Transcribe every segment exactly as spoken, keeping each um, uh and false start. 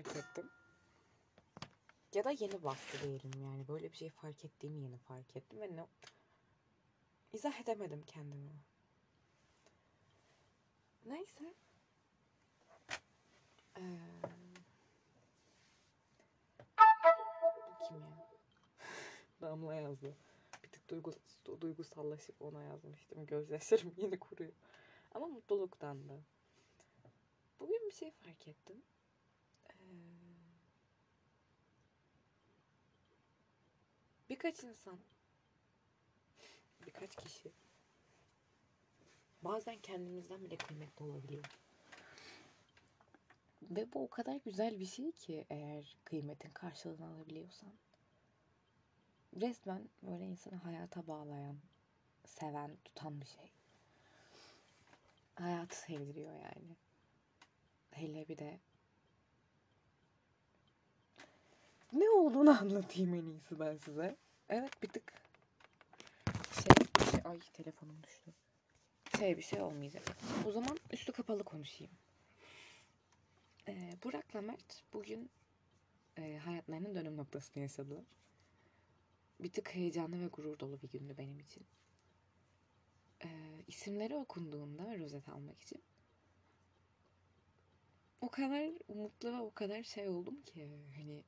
fark ettim. Ya da yeni bastı diyelim yani. Böyle bir şey fark ettiğimi yeni fark ettim ve ne... izah edemedim kendimi. Neyse. Ee... Bu kim ya? Damla yazdı. Bir tık duygus duygusallaşıp ona yazmıştım. Gözyaşlarım yeni kuruyor. Ama mutluluktan da. Bugün bir şey fark ettim. Ee... Birkaç insan, birkaç kişi bazen kendimizden bile kıymetli olabiliyor. Ve bu o kadar güzel bir şey ki eğer kıymetin karşılığını alabiliyorsan. Resmen böyle insanı hayata bağlayan, seven, tutan bir şey. Hayatı sevdiriyor yani. Hele bir de ne olduğunu anlatayım en iyisi ben size. Evet bir tık şey, şey ay telefonum düştü. Şey bir şey olmayacak. O zaman üstü kapalı konuşayım. Ee, Burak'la Mert bugün e, hayatlarının dönüm noktasını yaşadılar. Bir tık heyecanlı ve gurur dolu bir gündü benim için. Ee, isimleri okunduğunda rozet almak için o kadar mutlu ve o kadar şey oldum ki hani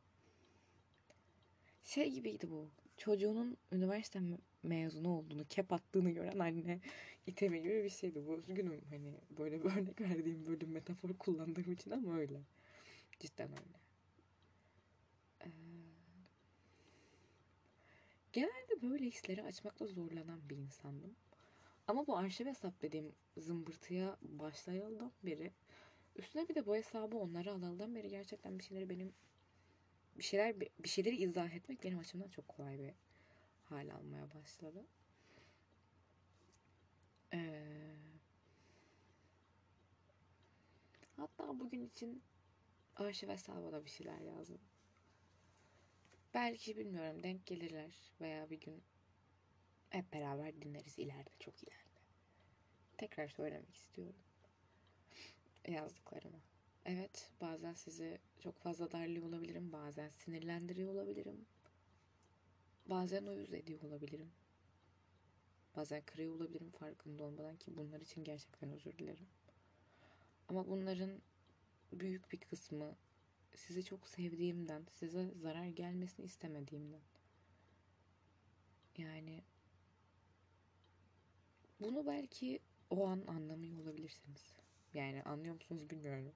şey gibiydi bu. Çocuğunun üniversite mezunu olduğunu, kep attığını gören anne itemi gibi bir şeydi. Bu üzgünüm hani böyle bir örnek verdiğim bölüm metafor kullandığım için ama öyle. Cidden öyle. Ee, genelde böyle hisleri açmakta zorlanan bir insandım. Ama bu arşiv hesap dediğim zımbırtıya başlayaldan beri üstüne bir de bu hesabı onlara alaldan beri gerçekten bir şeyleri benim bir şeyler bir şeyleri izah etmek benim açımdan çok kolay bir hal almaya başladı. Ee, hatta bugün için arşiv hesabına bir şeyler yazdım. Belki bilmiyorum denk gelirler veya bir gün hep beraber dinleriz ileride, çok ileride. Tekrar söylemek istiyorum yazdıklarımı. Evet, bazen sizi çok fazla darlıyor olabilirim, bazen sinirlendiriyor olabilirim. Bazen uyuz ediyor olabilirim. Bazen kırıyor olabilirim farkında olmadan ki bunlar için gerçekten özür dilerim. Ama bunların büyük bir kısmı sizi çok sevdiğimden, size zarar gelmesini istemediğimden. Yani bunu belki o an anlamıyor olabilirsiniz. Yani anlıyor musunuz bilmiyorum.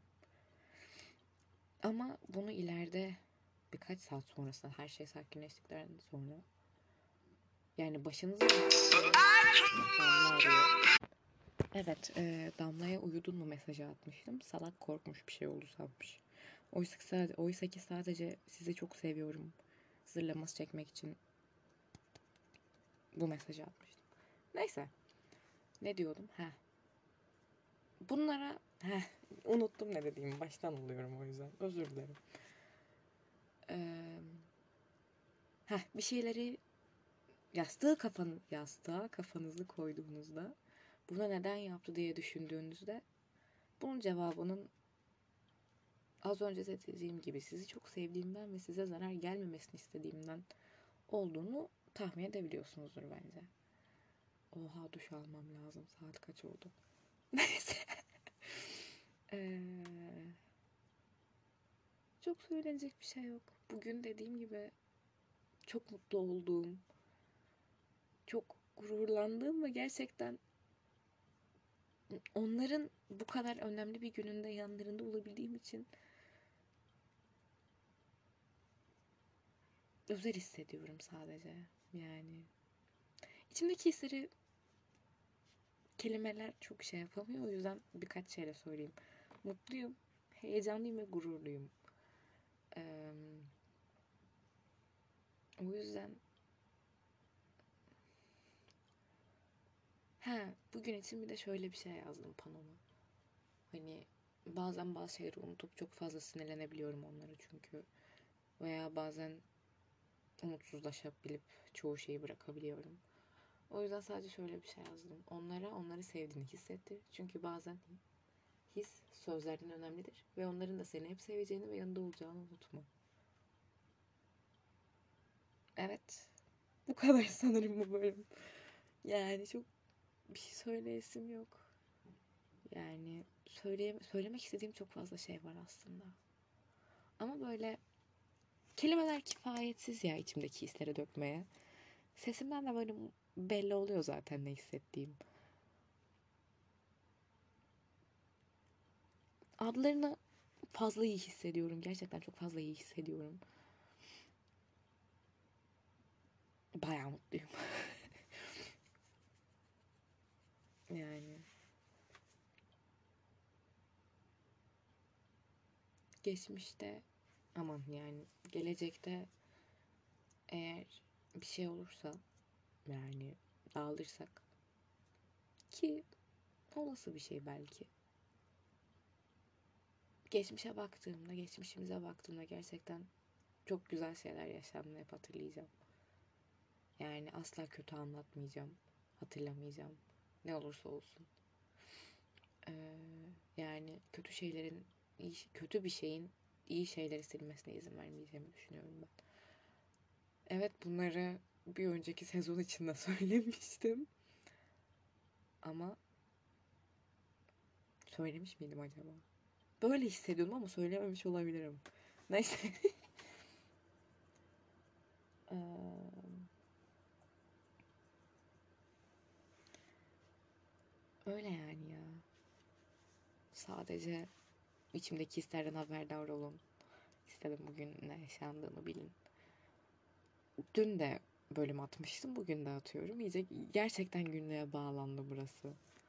Ama bunu ileride birkaç saat sonrasında her şey sakinleştikten sonra yani başınızı Damla arıyor. Evet, e, Damla'ya uyudun mu mesajı atmıştım. Salak korkmuş bir şey oldu sanmış. Oysa ki, sadece, oysa ki sadece sizi çok seviyorum zırlaması çekmek için bu mesajı atmıştım. Neyse. Ne diyordum? Heh. Bunlara heh, unuttum ne dediğimi. Baştan alıyorum o yüzden. Özür dilerim. Ee, heh, bir şeyleri yastığı kafanı, yastığa kafanızı koyduğunuzda bunu neden yaptı diye düşündüğünüzde bunun cevabının az önce de dediğim gibi sizi çok sevdiğimden ve size zarar gelmemesini istediğimden olduğunu tahmin edebiliyorsunuzdur bence. Oha duş almam lazım. Saat kaç oldu? Neyse. ee, çok söylenecek bir şey yok. Bugün dediğim gibi çok mutlu olduğum, çok gururlandığım ve gerçekten onların bu kadar önemli bir gününde yanlarında olabildiğim için özel hissediyorum sadece. Yani içimdeki hisleri kelimeler çok şey yapamıyor. O yüzden birkaç şeyle söyleyeyim. Mutluyum, heyecanlıyım ve gururluyum. Ee, o yüzden ha bugün için bir de şöyle bir şey yazdım panoma. Hani bazen bazı şeyleri unutup çok fazla sinirlenebiliyorum onlara çünkü. Veya bazen umutsuzlaşabilip çoğu şeyi bırakabiliyorum. O yüzden sadece şöyle bir şey yazdım. Onlara onları sevdiğini hissettir. Çünkü bazen his sözlerden önemlidir. Ve onların da seni hep seveceğini ve yanında olacağını unutma. Evet. Bu kadar sanırım bu bölüm. Yani çok bir şey söyleyesim yok. Yani söyleye, söylemek istediğim çok fazla şey var aslında. Ama böyle kelimeler kifayetsiz ya içimdeki hisleri dökmeye. Sesimden de böyle belli oluyor zaten ne hissettiğim. Adlarını fazla iyi hissediyorum. Gerçekten çok fazla iyi hissediyorum. Bayağı mutluyum. Yani geçmişte aman yani gelecekte eğer bir şey olursa yani dağılırsak ki olası bir şey belki. Geçmişe baktığımda, geçmişimize baktığımda gerçekten çok güzel şeyler yaşandığını hep hatırlayacağım. Yani asla kötü anlatmayacağım, hatırlamayacağım. Ne olursa olsun. Ee, yani kötü şeylerin, iyi, kötü bir şeyin iyi şeyleri silmesine izin vermeyeceğimi düşünüyorum ben. Evet bunları bir önceki sezon içinde söylemiştim. Ama söylemiş miydim acaba? Böyle hissediyordum ama söylememiş olabilirim. Neyse. Ee, öyle yani ya. Sadece içimdeki hislerden haberdar olun. İstedim bugün ne yaşandığını bilin. Dün de bölüm atmıştım. Bugün de atıyorum. İyice gerçekten günlüğe bağlandı burası.